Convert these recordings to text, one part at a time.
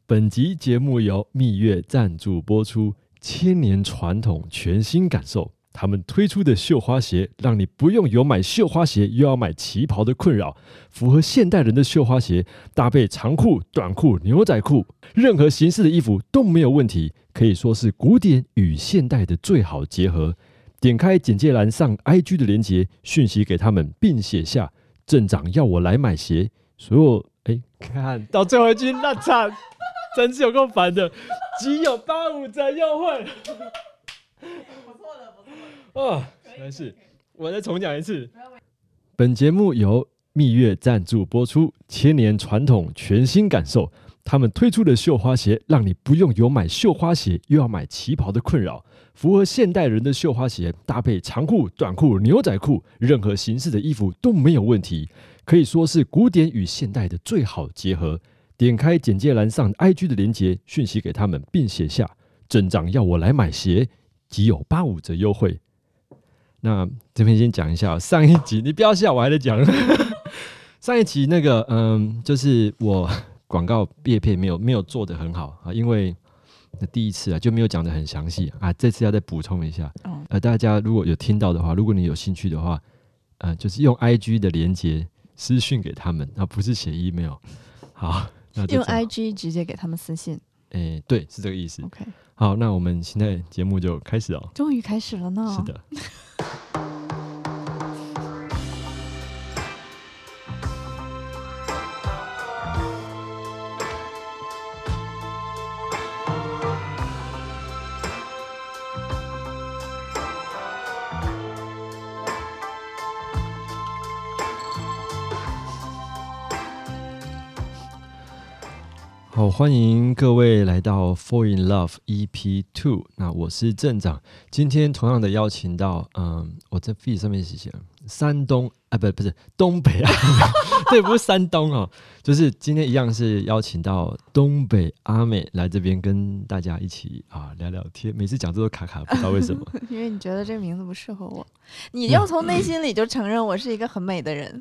本集节目由蜜月赞助播出，千年传统，全新感受。他们推出的绣花鞋，让你不用有买绣花鞋又要买旗袍的困扰，符合现代人的绣花鞋，搭配长裤、短裤、牛仔裤，任何形式的衣服都没有问题，可以说是古典与现代的最好结合。点开简介栏上 IG 的连结，讯息给他们，并写下镇长要我来买鞋。所有看到最后一句烂惨，真是有够烦的，只有85折优惠。 不错了。 实在是，我再重讲一次。本节目由蜜月赞助播出，千年传统，全新感受。他们推出的绣花鞋，让你不用有买绣花鞋又要买旗袍的困扰，符合现代人的绣花鞋，搭配长裤、短裤、牛仔裤，任何形式的衣服都没有问题，可以说是古典与现代的最好结合。点开简介栏上 IG 的连结，讯息给他们，并写下镇长要我来买鞋，即有85折优惠。那这边先讲一下上一集，你不要笑，我还在讲。上一集那个就是我广告业配没有做得很好啊，因为第一次啊就没有讲得很详细啊，这次要再补充一下。大家如果有听到的话，如果你有兴趣的话，就是用 IG 的连结私讯给他们，不是写 email。好，那就用 IG 直接给他们私信。 对，是这个意思。 OK， 好，那我们现在节目就开始哦。 终于开始了呢。 是的。好，欢迎各位来到 Fall in Love EP2。那我是镇长，今天同样的邀请到，我在 feed 上面写了山东不是东北啊，对，不是山东哦，就是今天一样是邀请到东北阿美来这边跟大家一起聊聊天。每次讲这都卡卡，不知道为什么。 因为你觉得这个名字不适合我，你要从内心里就承认我是一个很美的人。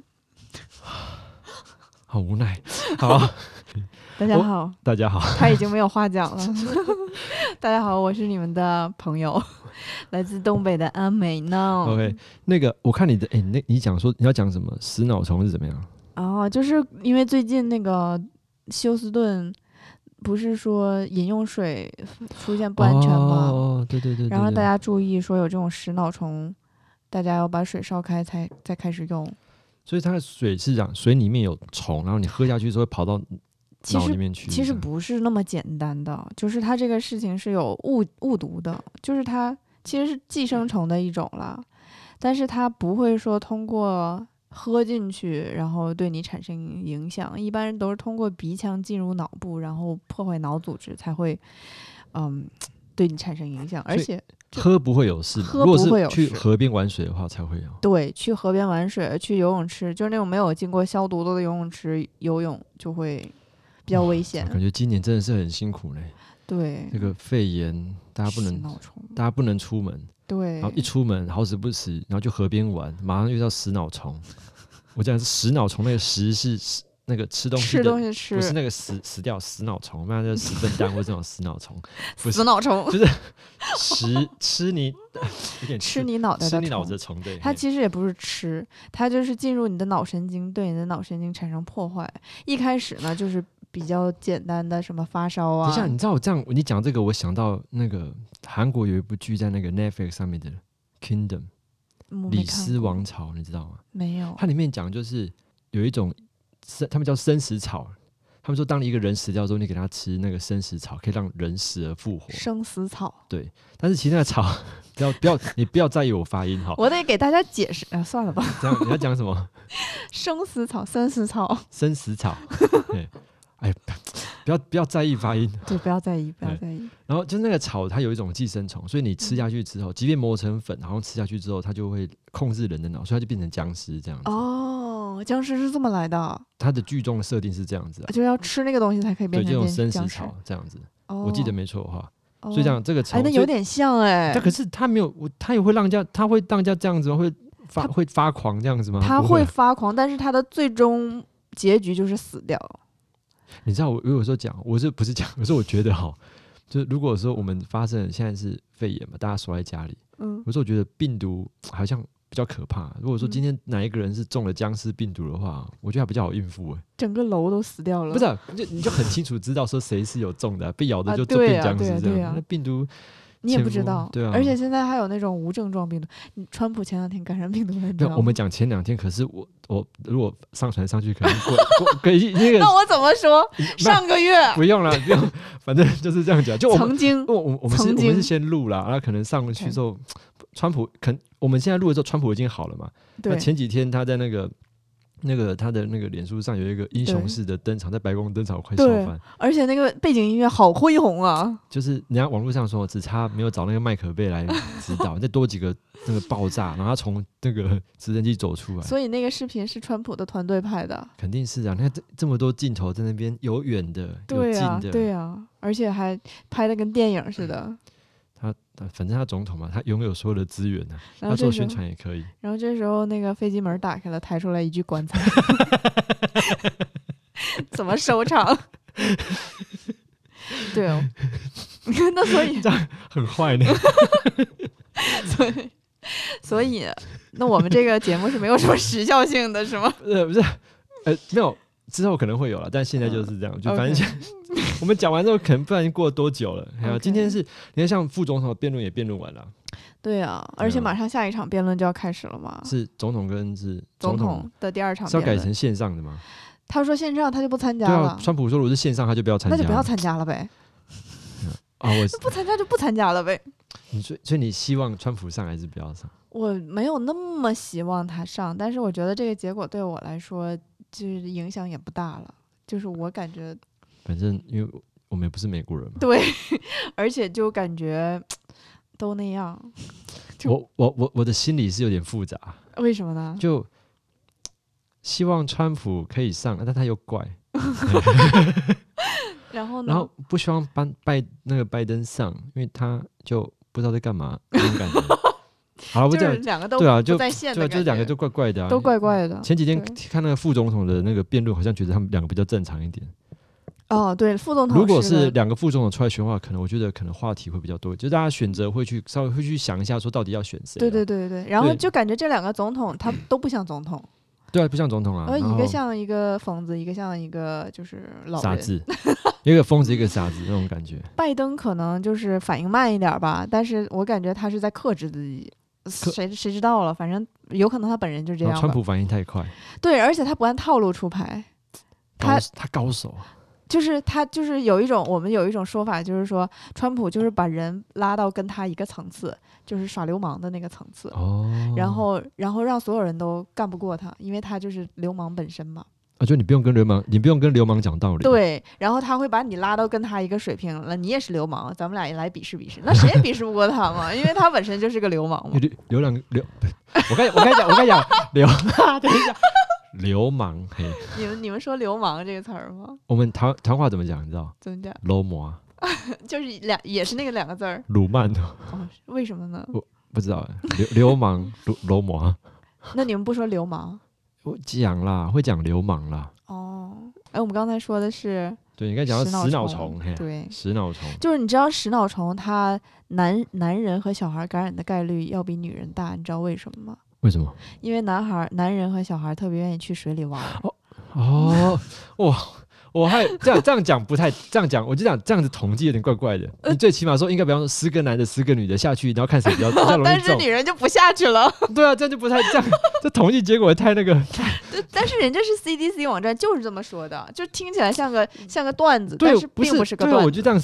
好无奈。好。 大家好， 大家好， 他已经没有话讲了。大家好，我是你们的朋友，来自东北的阿美呢。 OK， 那个我看你的，你讲说你要讲什么？死脑虫是怎么样？ 就是因为最近那个休斯顿不是说饮用水出现不安全吗？ 对。 然后大家注意说有这种食脑虫，大家要把水烧开再开始用。所以它的水是讲水里面有虫，然后你喝下去之后会跑到脑里面去。 其实不是那么简单的，就是它这个事情是有误读的，就是它其实是寄生虫的一种了，但是它不会说通过喝进去然后对你产生影响，一般人都是通过鼻腔进入脑部，然后破坏脑组织才会对你产生影响。而且喝不会有事， 喝不会有事。 如果是去河边玩水的话才会有。 对，去河边玩水，去游泳池，就是那种没有经过消毒的游泳池游泳就会比较危险。 感觉今年真的是很辛苦嘞。 对， 那个肺炎，大家不能出门。 对， 然后一出门好死不死，然后就河边玩，马上遇到死脑虫。我讲是死脑虫，那个死是那个吃东西的，不是那个死掉死脑虫，那就是死笨蛋或这种死脑虫。 死脑虫就是吃你脑袋的虫。对， 它其实也不是吃，它就是进入你的脑神经，对你的脑神经产生破坏。一开始呢，就是比较简单的什么发烧啊。 等一下，你知道我这样，你讲这个，我想到那个韩国有一部剧在那个 Netflix 上面的 Kingdom 李斯王朝，你知道吗？ 没有。 它里面讲就是有一种他们叫生死草，他们说当一个人死掉之后，你给他吃那个生死草，可以让人死而复活。 生死草。 对，但是其实那个草你不要在意我发音好。 我得给大家解释算了吧。 这样你要讲什么？ 生死草、生死草、 生死草。对。不要在意发音。 对，不要在意。 然后就那个草，它有一种寄生虫，所以你吃下去之后，即便磨成粉，然后吃下去之后，它就会控制人的脑，所以它就变成僵尸这样子。 僵尸是这么来的。 它的剧中设定是这样子， 就要吃那个东西才可以变成这种生死草这样子。我记得没错的话，所以这个草， 那有点像但可是它没有，它也会让人家这样子会发狂这样子吗？ 它会发狂，但是它的最终结局就是死掉。 你知道我有时候讲，我是不是讲？有时候我觉得就是如果说我们发生现在是肺炎嘛，大家锁在家里，有时候我觉得病毒好像比较可怕。如果说今天哪一个人是中了僵尸病毒的话，我觉得还比较好应付。 整个楼都死掉了。 不是、啊，你就很清楚知道说谁是有中的、被咬的就变僵尸这样。那病毒你也不知道， 对啊。 而且现在还有那种无症状病毒，川普前2天感染病毒，你知道吗？ 我们讲前2天，可是我如果上传上去，可能过那个。 那我怎么说？上个月不用了，不用，反正就是这样讲。就我们曾经， 我们是先录了，然后可能上去之后，川普我们现在录的时候，川普已经好了嘛？ 对。 那前几天他在那个他的那个脸书上有一个英雄式的登场，在白宫登场，我快笑翻。 而且那个背景音乐好恢宏啊！ 就是人家网络上说，只差没有找那个麦可贝来指导，再多几个那个爆炸，然后他从那个直升机走出来。 所以那个视频是川普的团队拍的， 肯定是啊！你看这么多镜头在那边，有远的，有近的， 对啊，而且还拍的跟电影似的。 反正他总统嘛，他拥有所有的资源啊，他做宣传也可以。 然后这时候那个飞机门打开了，抬出来一具棺材，怎么收场？对哦，那所以这样很坏呢。 所以那我们这个节目是没有什么时效性的，是吗？ 不是，没有，之后可能会有了，但现在就是这样，就反正我们讲完之后，可能不知道已经过了多久了。还有今天是你看，像副总统的辩论也辩论完了。 对啊，而且马上下一场辩论就要开始了嘛。 是总统跟总统的第2场辩论是要改成线上的吗？ 他说线上他就不参加了。 对啊，川普说如果是线上他就不要参加， 那就不要参加了呗。 我不参加就不参加了呗。 所以你希望川普上还是不要上？ 我没有那么希望他上，但是我觉得这个结果对我来说就是影响也不大了。就是我感觉， 反正因为我们也不是美国人嘛。 对，而且就感觉都那样。 我的心里是有点复杂。 为什么呢？ 就希望川普可以上，但他又怪。 然后呢？ 然后不希望那个拜登上，因为他就不知道在干嘛那种感觉。好了， 就是2个都不在线的感觉， 就2个都怪怪的啊， 都怪怪的。 前几天看那个副总统的那个辩论，好像觉得他们2个比较正常一点。 哦，对，副总统如果是2个副总统出来选的话，我觉得可能话题会比较多，就大家选择稍微会去想一下，说到底要选谁。 对，然后就感觉这2个总统他都不像总统。 对啊，不像总统啊。 一个像一个疯子，一个像一个就是老人傻子，一个疯子，一个傻子那种感觉。 拜登可能就是反应慢一点吧，但是我感觉他是在克制自己。谁知道了？反正有可能他本人就这样吧。 川普反应太快。 对，而且他不按套路出牌。他高手。 就是他就是我们有一种说法，就是说川普就是把人拉到跟他一个层次，就是耍流氓的那个层次。然后让所有人都干不过他，因为他就是流氓本身嘛。 就你不用跟流氓讲道理。 对，然后他会把你拉到跟他一个水平了，你也是流氓，咱们俩也来比试比试，那谁也比试不过他嘛，因为他本身就是个流氓嘛。我刚讲等一下，流氓。嘿， 你们说流氓这个词儿吗？ 我们台话怎么讲？你知道？ 怎么讲？ 流氓。 就是也是那个2个字儿。 鲁曼。 为什么呢？ 我不知道。流氓，流氓。 那你们不说流氓？ 我讲啦，会讲流氓啦。 我们刚才说的是， 对，你刚才讲到食脑虫， 对， 食脑虫就是你知道食脑虫它男人和小孩感染的概率要比女人大，你知道为什么吗？ 为什么？ 因为男人和小孩特别愿意去水里玩。 哇！我还这样讲不太这样讲，我就讲这样子统计有点怪怪的。你最起码说应该，比方说10个男的10个女的下去，然后看谁比较容易中。 但是女人就不下去了。 对啊，这样就不太这样，这统计结果太那个。 但是人家是 CDC 网站就是这么说的，就听起来像个段子， 对， 但是并不是个段子。 对，我就这样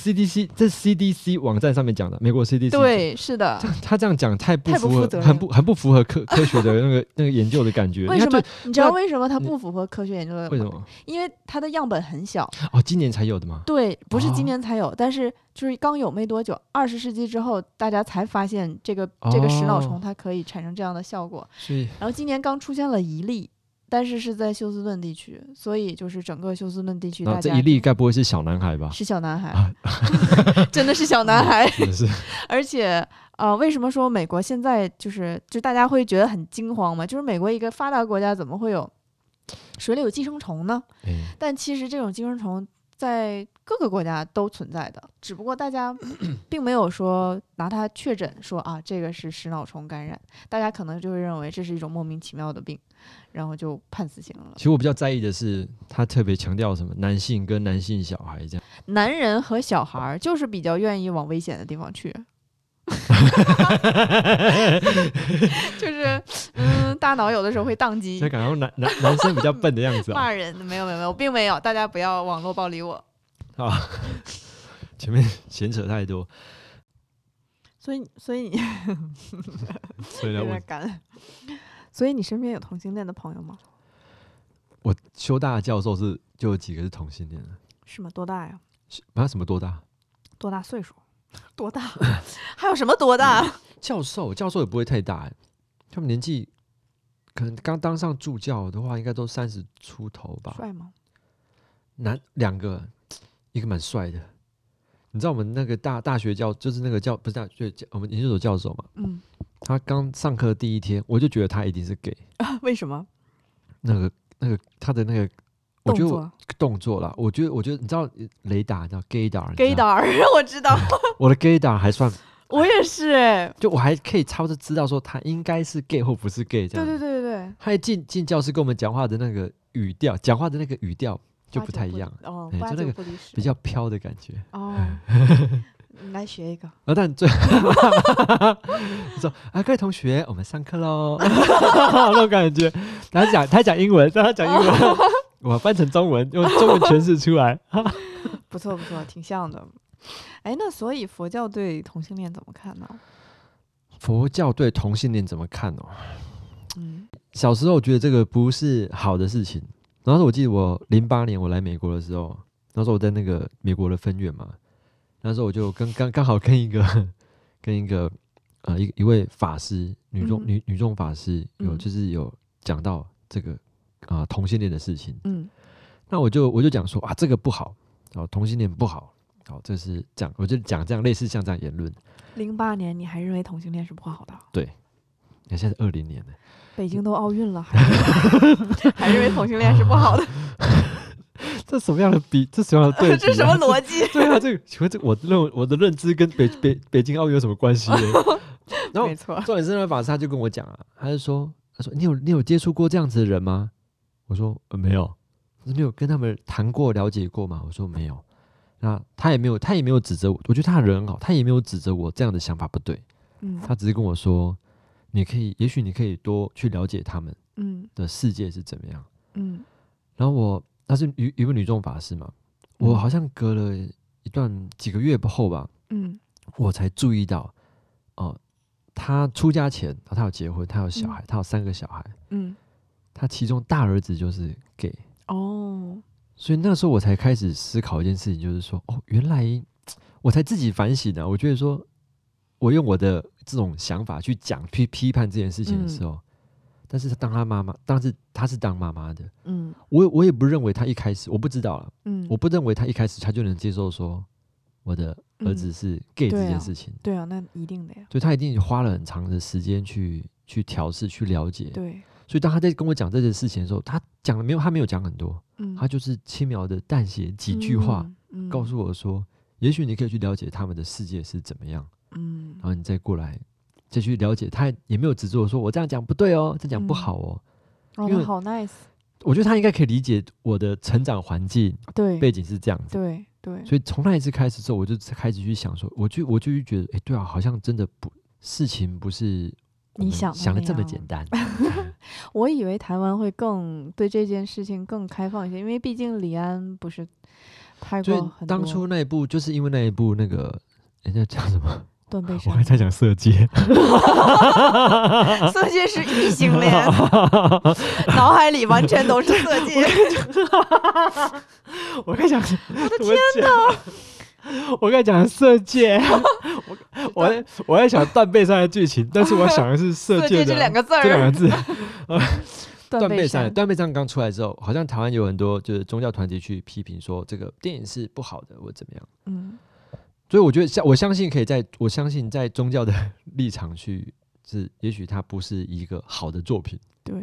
CDC 网站上面讲的，美国 CDC。 对，是的。 他这样讲太不符合，很不符合科学的那个研究的感觉。 为什么？你知道为什么它不符合科学研究的？ 为什么？ 因为它的样本很小。 今年才有的吗？ 对，不是今年才有，但是就是刚有没多久，20世纪之后，大家才发现这个食脑虫它可以产生这样的效果。然后今年刚出现了1例，但是是在休斯顿地区，所以就是整个休斯顿地区大家。 这1例该不会是小男孩吧？ 是小男孩，真的是小男孩。 是。 而且为什么说美国现在就大家会觉得很惊慌嘛？就是美国一个发达国家怎么会有水里有寄生虫呢？但其实这种寄生虫在各个国家都存在的，只不过大家并没有说拿它确诊说啊这个是食脑虫感染，大家可能就会认为这是一种莫名其妙的病，然后就判死刑了。 其实我比较在意的是，他特别强调什么男性跟男性小孩这样， 男人和小孩就是比较愿意往危险的地方去。就是大脑有的时候会宕机， 就感觉男生比较笨的样子、 骂人没有，并没有，大家不要网络暴力我啊！前面闲扯太多， 所以你有点干。所以你身边有同性恋的朋友吗？ 我修大的教授就有几个是同性恋的。 是吗？多大呀？ 什么多大？ 多大岁数？多大？还有什么多大？ 教授也不会太大，他们年纪可能刚当上助教的话，应该都30出头吧。 帅吗？ 两个，一个蛮帅的。你知道我们那个大学就是那个不是大学，我们研究所教授嘛？他刚上课第一天，我就觉得他一定是 gay。 为什么？ 那个他的那个。我觉得动作啦，我觉得你知道雷达叫 gaydar， 我知道， 我的 gaydar 还算， 我也是就我还可以差不多知道说他应该是 gay 或不是 gay 这样。 对， 他一进教室跟我们讲话的那个语调，就不太一样， 就那个比较飘的感觉。 你来学一个。 但最说各位同学，我们上课喽，那种感觉。他讲英文，我翻成中文，用中文诠释出来。 不错，挺像的。那所以佛教对同性恋怎么看呢？ 佛教对同性恋怎么看哦？小时候我觉得这个不是好的事情。然后我记得我08年我来美国的时候，那时候我在那个美国的分院嘛，那时候我就刚好跟一位法师，女众法师有讲到这个同性恋的事情。那我就讲说这个不好，同性恋不好，这是这样，我就讲这样类似像这样言论。 08年你还认为同性恋是不好的？ 对，现在是2020年了， 北京都奥运了，还认为同性恋是不好的？ 这什么样的对比？ 这什么逻辑？ 对啊，请问我的认知跟北京奥运有什么关系？然后没错， 重点是那法师他就跟我讲他说你有接触过这样子的人吗？我说没有。你有跟他们谈过了解过吗？我说没有。那他也没有指责我，我觉得他人很好，他也没有指责我这样的想法不对。他只是跟我说，也许你可以多去了解他们的世界是怎么样。然后他是一位女众法师嘛，我好像隔了几个月后吧，我才注意到，他出家前，他有结婚，他有小孩，他有3个小孩，他其中大儿子就是 gay。所以那时候我才开始思考一件事情，就是说，原来我才自己反省我觉得说，我用我的这种想法去批判这件事情的时候，但是他是当妈妈的，我也不认为他一开始，我不知道了，我不认为他一开始他就能接受说我的儿子是 gay 这件事情。 对啊，那一定的呀。 所以他一定花了很长的时间去调试、去了解。 对。 所以当他在跟我讲这件事情的时候，他没有讲很多，他就是轻描的淡写几句话，告诉我说，也许你可以去了解他们的世界是怎么样，然后你再过来再去了解。他也没有指责我说我这样讲不对哦，这样讲不好哦。 因为好 nice， 我觉得他应该可以理解我的成长环境背景是这样子。 对， 所以从那一次开始之后，我就开始去想说，我就觉得，对啊，好像真的事情不是你想的这么简单。 我以为台湾会更对这件事情更开放一些，因为毕竟李安不是拍过很多。 当初那一部就是因为那一部那个人家讲什么？ 断背山。 我还在讲色戒。 色戒是异性恋，脑海里完全都是色戒。 我跟你讲， 我的天哪！ 我跟你讲色戒，我在想断背山的剧情，但是我想的是色戒这两个字。 断背山刚出来之后，好像台湾有很多就是宗教团体去批评说这个电影是不好的或怎么样。所以我觉得我相信在宗教的立场去，也许它不是一个好的作品。 对。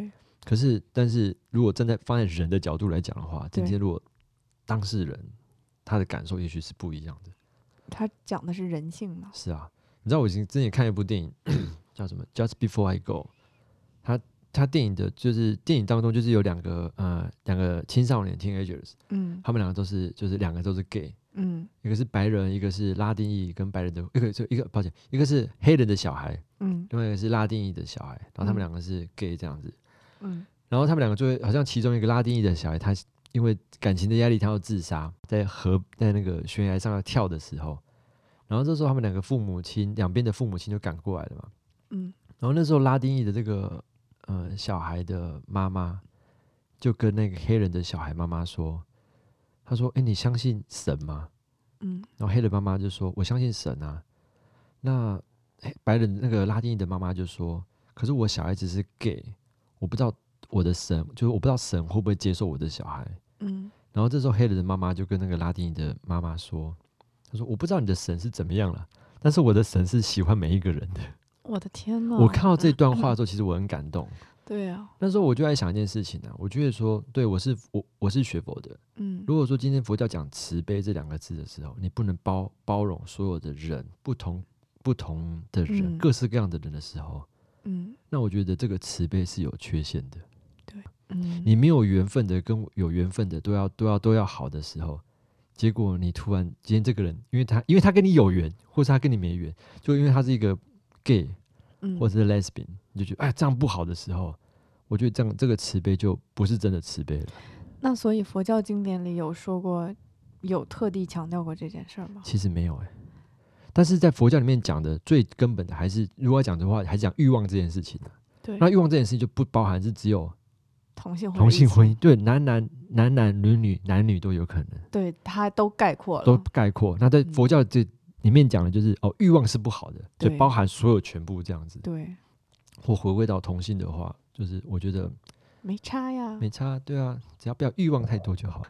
但是如果放在人的角度来讲的话，今天如果当事人他的感受也许是不一样的。 他讲的是人性嘛？ 是啊，你知道我之前看一部电影叫什么《Just Before I Go》，他电影当中就是有两个青少年 teenagers， 他们两个两个都是 gay，一个是白人，一个是拉丁裔跟白人的一个是黑人的小孩，另外一个是拉丁裔的小孩，然后他们两个是 gay 这样子，然后他们两个就会好像其中一个拉丁裔的小孩，他因为感情的压力，他要自杀，在那个悬崖上要跳的时候，然后这时候他们两边的父母亲就赶过来了嘛，然后那时候拉丁裔的这个小孩的妈妈就跟那个黑人的小孩妈妈说，他说：“你相信神吗？”然后黑人妈妈就说：“我相信神啊。”那白人那个拉丁裔的妈妈就说：“可是我小孩子是 gay， 我不知道我的神，就是我不知道神会不会接受我的小孩。”然后这时候黑人的妈妈就跟那个拉丁裔的妈妈说：“他说我不知道你的神是怎么样了，但是我的神是喜欢每一个人的。” 我的天哪！ 我看到这段话的时候，其实我很感动。 对啊， 那时候我就在想一件事情啊，我觉得说，对我是学佛的，如果说今天佛教讲慈悲这两个字的时候，你不能包容所有的人，不同的人，各式各样的人的时候，那我觉得这个慈悲是有缺陷的。 对， 你没有缘分的跟有缘分的都要好的时候，结果你突然今天这个人，因为他跟你有缘，或是他跟你没缘，就因为他是一个 gay，或者是 lesbian， 你就觉得这样不好的时候，我觉得这个慈悲就不是真的慈悲了。 那所以佛教经典里有说过，有特地强调过这件事吗？ 其实没有但是在佛教里面讲的最根本的还是，如果要讲的话，还是讲欲望这件事情对， 那欲望这件事情就不包含是只有同性婚姻，对，男女男女都有可能， 对，它都概括了， 都概括。那在佛教这里面讲的就是欲望是不好的，所以包含所有全部这样子。 对， 或回归到同性的话，就是我觉得没差呀， 没差，对啊，只要不要欲望太多就好。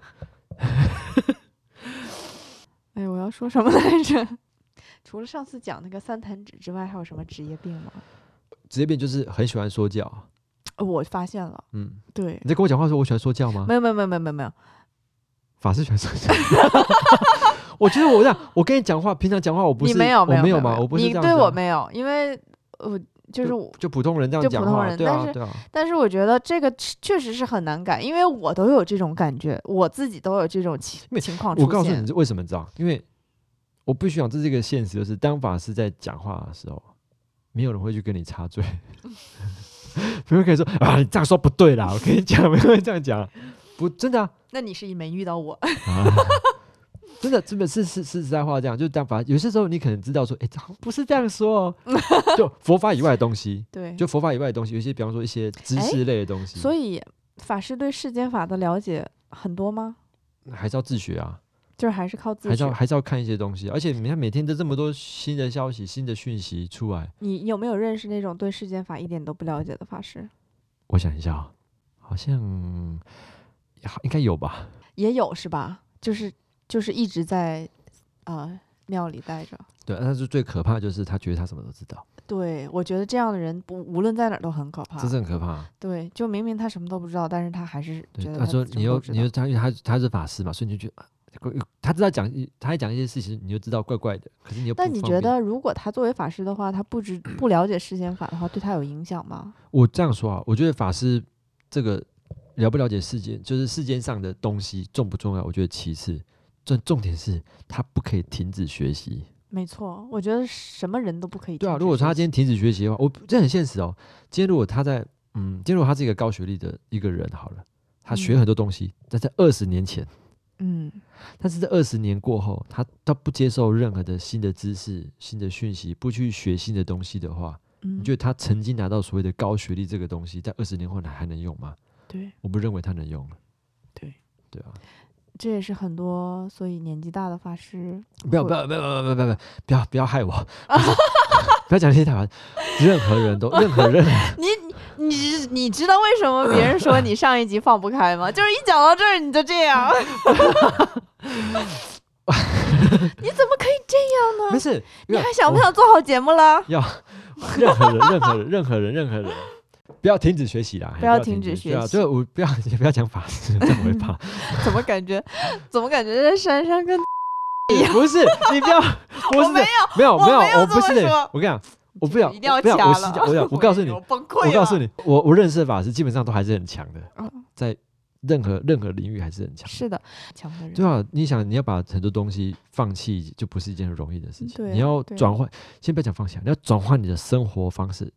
哎，我要说什么来着？除了上次讲那个三弹指之外，还有什么职业病吗？ 职业病就是很喜欢说教。 我发现了，对。 你在跟我讲话说我喜欢说教吗？ 没有。 法师喜欢说教。我觉得我跟你讲话，平常讲话我不是， 你没有吗？我不是这样。 你对我没有，因为就普通人这样讲话，对啊。 但是我觉得这个确实是很难改，因为我都有这种感觉，我自己都有这种情况出现。 我告诉你为什么知道？因为我必须讲，这是一个现实，就是当法师在讲话的时候，没有人会去跟你插嘴，没有人可以说你这样说不对啦，我跟你讲，没有人这样讲，不真的啊。 那你是没遇到我。 真的是实在话这样，就当法有些时候你可能知道说，不是这样说就佛法以外的东西， 对， 就佛法以外的东西，有些比方说一些知识类的东西。 所以法师对世间法的了解很多吗？ 还是要自学啊， 就是还是靠自学， 还是要看一些东西，而且你看每天都这么多新的消息、新的讯息出来。 你有没有认识那种对世间法一点都不了解的法师？ 我想一下，好像应该有吧， 也有是吧？就是一直在庙里待着。 对，但是最可怕的就是他觉得他什么都知道。对， 我觉得这样的人无论在哪儿都很可怕， 这是很可怕。 对，就明明他什么都不知道，但是他还是觉得他说你又他因为他是法师嘛，所以你就觉得他知道他讲一些事情，你就知道怪怪的。可是你又不方便。 但你觉得如果他作为法师的话，他不了解世间法的话，对他有影响吗？ 我这样说啊，我觉得法师这个了不了解世间，就是世间上的东西重不重要？我觉得其次，重点是他不可以停止学习。 没错，我觉得什么人都不可以停止学习。 对啊，如果他今天停止学习的话，这很现实哦。今天如果他今天如果他是一个高学历的一个人好了，他学很多东西，但在20年前，但是在20年过后，他不接受任何的新的知识、新的讯息，不去学新的东西的话，你觉得他曾经拿到所谓的高学历这个东西，在20年后还能用吗？ 对， 我不认为他能用了。对啊。 这也是很多所以年纪大的法师不要害我，不要讲这些台湾，任何人你知道为什么别人说你上一集放不开吗？就是一讲到这儿你就这样。你怎么可以这样呢？ 没事， 你还想不想做好节目了？ 要任何人不要停止学习啦， 不要停止学习， 就不要讲法师，这样我会怕。 怎么感觉在山上跟不是你不要， 我没有， 我不是的，我跟你讲。我不要， 一定要掐了。我告诉你， 我崩溃了。 我告诉你，我认识的法师基本上都还是很强的，在任何领域还是很强。 是的，强的人。 对啊，你想你要把很多东西放弃，就不是一件很容易的事情。你要转换，先不要讲放弃，你要转换你的生活方式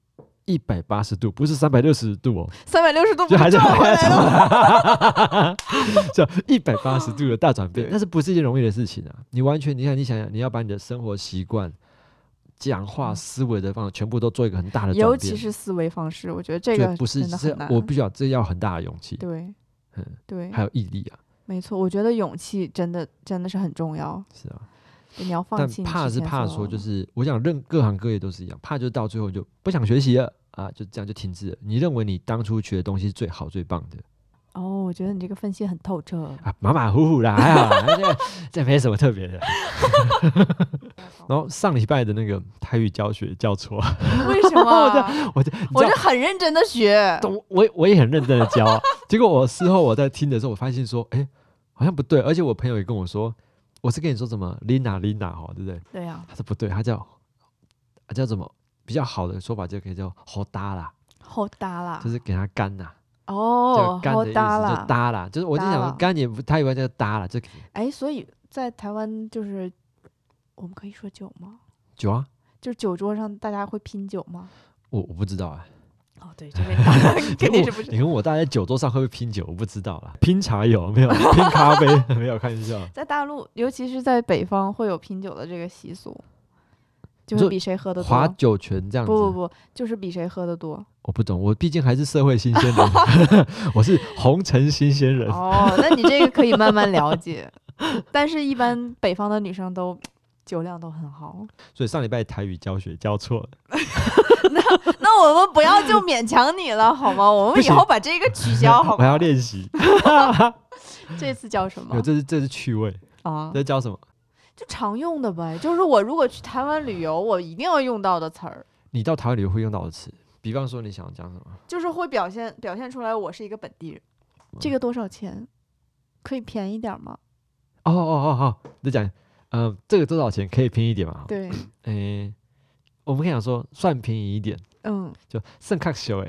180度，不是360度哦。 360度就还是转回来了， 就180度的大转变，那是不是一件容易的事情啊？你完全，你想想，你要把你的生活习惯。讲话思维的方式全部都做一个很大的转变， 尤其是思维方式，我觉得这个不是真的很难。 我必须要，这要很大的勇气， 对， 还有毅力啊。 没错，我觉得勇气真的是很重要。 是啊， 你要放弃。 但怕是怕说，就是我想各行各业都是一样，怕就是到最后就不想学习了啊，就这样就停滞了。你认为你当初学的东西是最好最棒的。 哦，我觉得你这个分析很透彻啊，马马虎虎啦，还好啦，这没什么特别的。然后上礼拜的那个台语教学教错， 为什么？ 我是很认真的学， 我也很认真的教啊。结果我事后我在听的时候，我发现说，好像不对。而且我朋友也跟我说，我是跟你说什么 Lina 哈，对不对？ 对啊。 他说不对，他叫什么？比较好的说法就可以叫好搭啦，就是给他干啦。 哦， 干的意思就搭啦，就是我就想干也不，他以为叫搭啦，就所以在台湾就是我们可以说酒吗？ 酒啊， 就是酒桌上大家会拼酒吗？ 我不知道啊。 哦，对，这边肯定是不是。 你问我大家在酒桌上会不会拼酒，我不知道啦。拼茶有没有？拼咖啡没有？看一下。 在大陆，尤其是在北方，会有拼酒的这个习俗。就是比谁喝的多， 划酒泉这样子。 不，就是比谁喝的多。 我不懂，我毕竟还是社会新鲜人，我是红尘新鲜人。 哦，那你这个可以慢慢了解。但是，一般北方的女生都酒量都很好。 所以上礼拜台语教学教错了。 那我们不要就勉强你了，好吗？我们以后把这个取消，好吗？ 我要练习。 这次教什么？ 这是趣味啊。这教什么？ 就常用的呗，就是我如果去台湾旅游，我一定要用到的词儿。 你到台湾旅游会用到的词，比方说你想讲什么？ 就是会表现出来我是一个本地人。这个多少钱？可以便宜点吗？ 哦，你讲，这个多少钱可以便宜一点吗？ 对， 我们可以讲说算便宜一点，就算卡小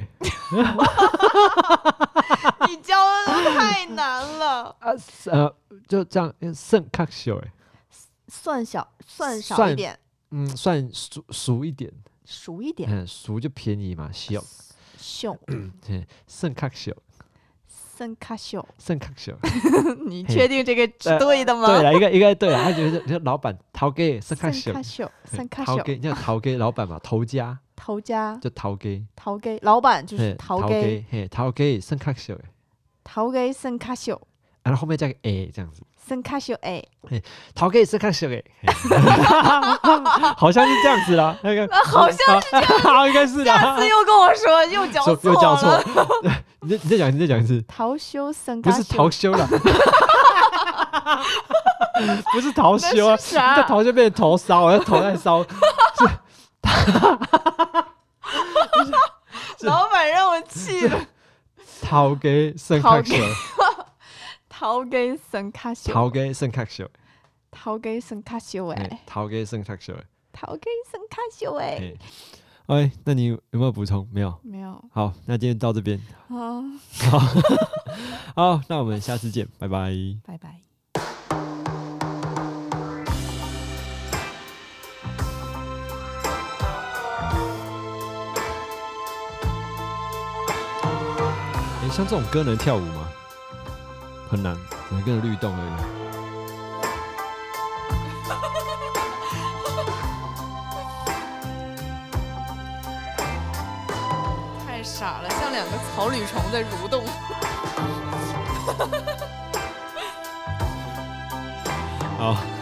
你教的太难了就这样算卡小算少一点， 算熟一点，熟就便宜嘛，小，算卡小。 你确定这个是对的吗？ 对了，一个对了，他觉得老板头家算卡小， 头家， 你叫头家老板嘛，头家就头家， 老板就是头家， 头家算卡小， 头家算卡小， 然后后面加个 a 这样子。 算卡小头家算卡小好像是这样子啦。 好像是这样， 应该是的。 下次又跟我说又教错。 你再讲一次。 桃修算卡小， 不是桃修啦。不是桃修啊，这桃修变成头烧，我要头在烧。 老板让我气了。 头家算卡小。 头家算卡小， 头家算卡小， 头家算卡小头家算卡小， 头家算卡小那你有没有补充？没有。好，那今天到这边。好，那我们下次见，拜拜。 拜拜。 像这种歌能跳舞吗？很难，只能跟着律动而已。 太傻了，像两个草履虫在蠕动。 好。